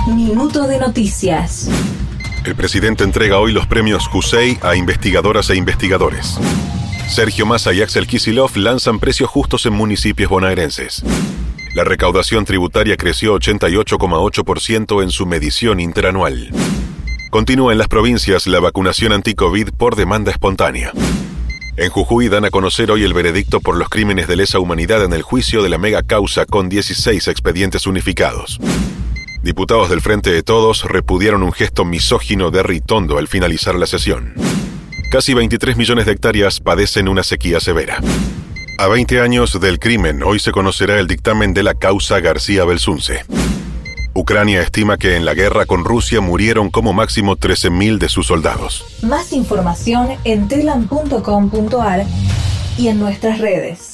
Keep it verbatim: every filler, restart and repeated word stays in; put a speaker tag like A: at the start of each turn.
A: Minuto de noticias.
B: El presidente entrega hoy los premios Jusey a investigadoras e investigadores. Sergio Massa y Axel Kicillof lanzan precios justos en municipios bonaerenses. La recaudación tributaria creció ochenta y ocho coma ocho por ciento en su medición interanual. Continúa en las provincias la vacunación anti-COVID por demanda espontánea. En Jujuy dan a conocer hoy el veredicto por los crímenes de lesa humanidad en el juicio de la mega causa con dieciséis expedientes unificados. Diputados del Frente de Todos repudiaron un gesto misógino de Ritondo al finalizar la sesión. Casi veintitrés millones de hectáreas padecen una sequía severa. A veinte años del crimen, hoy se conocerá el dictamen de la causa García Belsunce. Ucrania estima que en la guerra con Rusia murieron como máximo trece mil de sus soldados.
A: Más información en telam punto com punto ar y en nuestras redes.